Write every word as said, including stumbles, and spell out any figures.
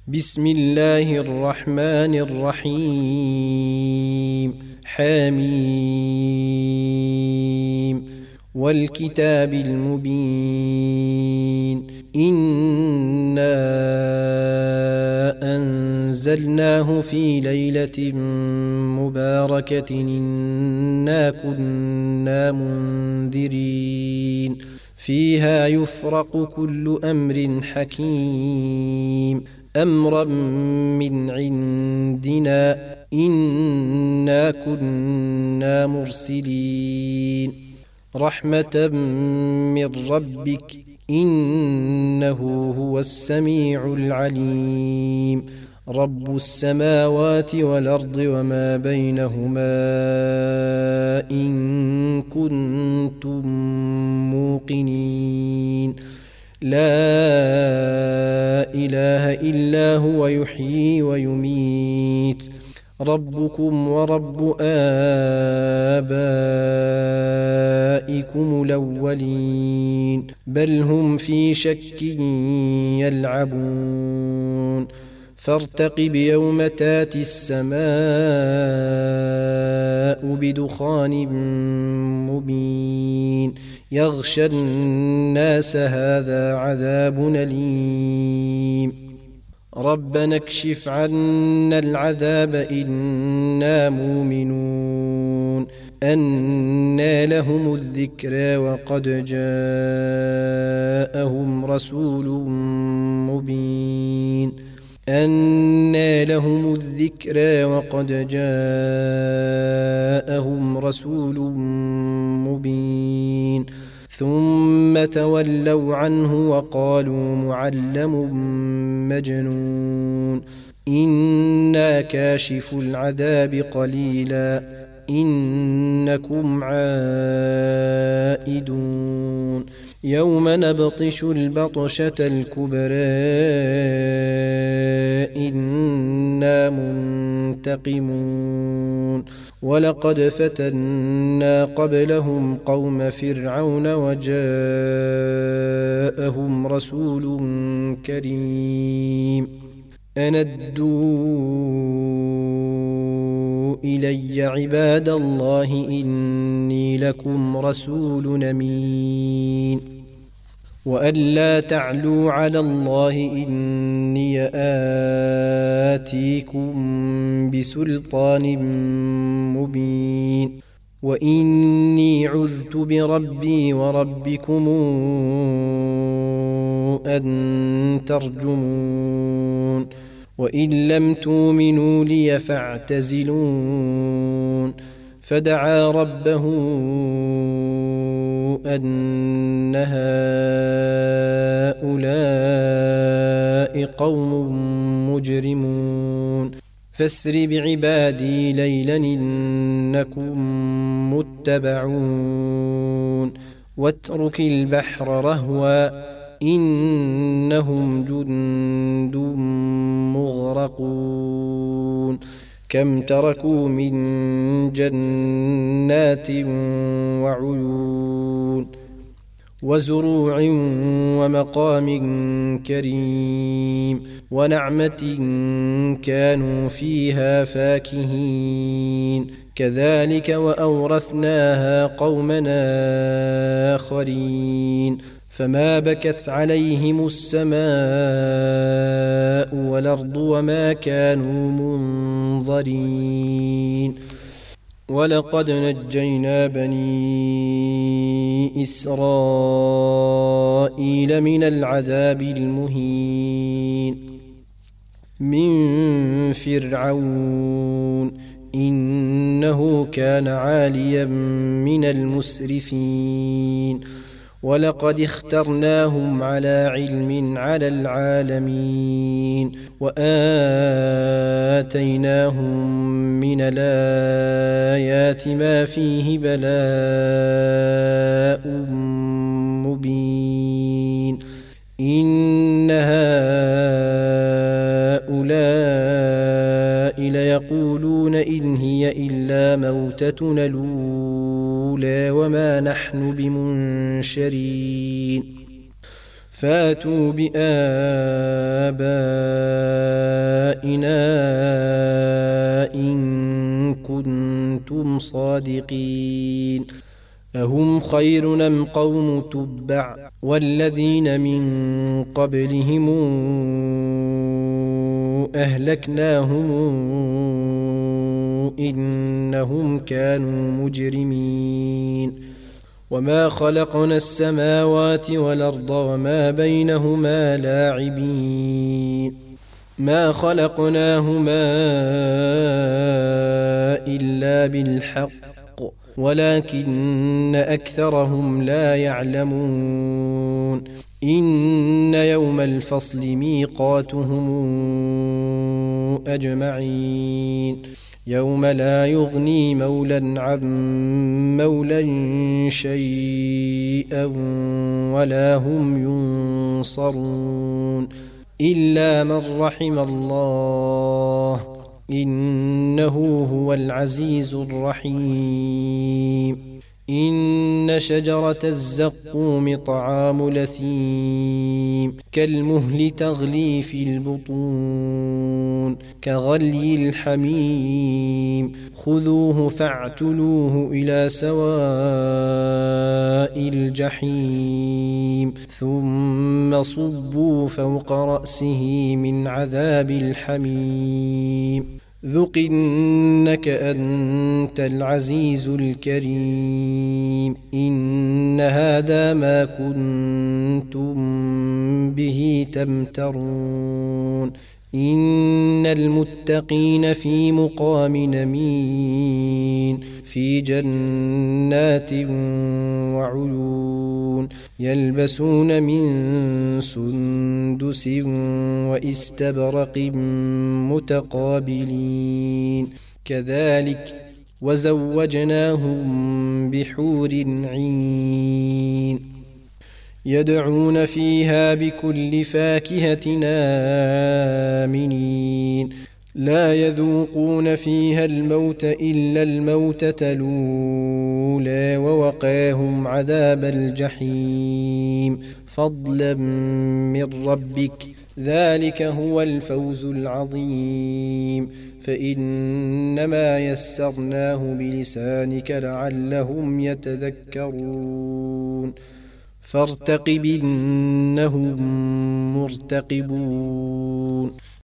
بسم الله الرحمن الرحيم. حميم والكتاب المبين. إنا أنزلناه في ليلة مباركة إنا كنا منذرين فيها يفرق كل أمر حكيم أمرا من عندنا إنا كنا مرسلين رحمة من ربك إنه هو السميع العليم رب السماوات والأرض وما بينهما إن كنتم موقنين لا إله إلا هو يحيي ويميت ربكم ورب آبائكم الأولين بل هم في شك يلعبون فارتقب يوم تاتي السماء بدخان مبين يغشى الناس هذا عذاب أليم ربنا اكشف عنا العذاب إنا مؤمنون أنى لهم الذكرى وقد جاءهم رسول مبين أنى لهم الذكرى وقد جاءهم رسول مبين ثم تولوا عنه وقالوا معلم مجنون إنا كاشف العذاب قليلا إنكم عائدون يوم نبطش البطشة الكبرى إنا منتقمون ولقد فتنا قبلهم قوم فرعون وجاءهم رسول كريم أن ادوا إلي عباد الله إني لكم رسول أمين وأن لا تعلوا على الله إني آتيكم بسلطان مبين وإني عذت بربي وربكم أن ترجمون وإن لم تؤمنوا لي فاعتزلون فدعا ربه أن هؤلاء قوم مجرمون فاسر بعبادي ليلا إنكم متبعون واترك البحر رهوا إنهم جند مغرقون كم تركوا من جنات وعيون وزروع ومقام كريم ونعمة كانوا فيها فاكهين كذلك وأورثناها قومنا آخرين فما بكت عليهم السماء والأرض وما كانوا منظرين ولقد نجينا بني إسرائيل من العذاب المهين من فرعون إنه كان عاليا من المسرفين ولقد اخترناهم على علم على العالمين وآتيناهم من الآيات ما فيه بلاء مبين إن هؤلاء ليقولون إن هي إلا موتتنا الأولى وما نحن بمنشرين فاتوا بآبائنا إن كنتم صادقين أهم خير أم قوم تبع والذين من قبلهم أهلكناهم إنهم كانوا مجرمين وما خلقنا السماوات والأرض وما بينهما لاعبين ما خلقناهما إلا بالحق ولكن أكثرهم لا يعلمون إن يوم الفصل ميقاتهم أجمعين يوم لا يغني مولى عن مولى شيئا ولا هم ينصرون إلا من رحم الله إنه هو العزيز الرحيم إن شجرة الزقوم طعام لثيم كالمهل تغلي في البطون كغلي الحميم خذوه فاعتلوه إلى سواء الجحيم ثم صبوا فوق رأسه من عذاب الحميم ذق إنك أنت العزيز الكريم إن هذا ما كنتم به تمترون إن المتقين في مقام أمين في جنات وعيون يلبسون من سندس واستبرق متقابلين كذلك وزوجناهم بحور عين يدعون فيها بكل فاكهة آمنين لا يذوقون فيها الموت إلا الموتة الأولى ووقاهم عذاب الجحيم فضلا من ربك ذلك هو الفوز العظيم فإنما يسرناه بلسانك لعلهم يتذكرون فارتقب إنهم مرتقبون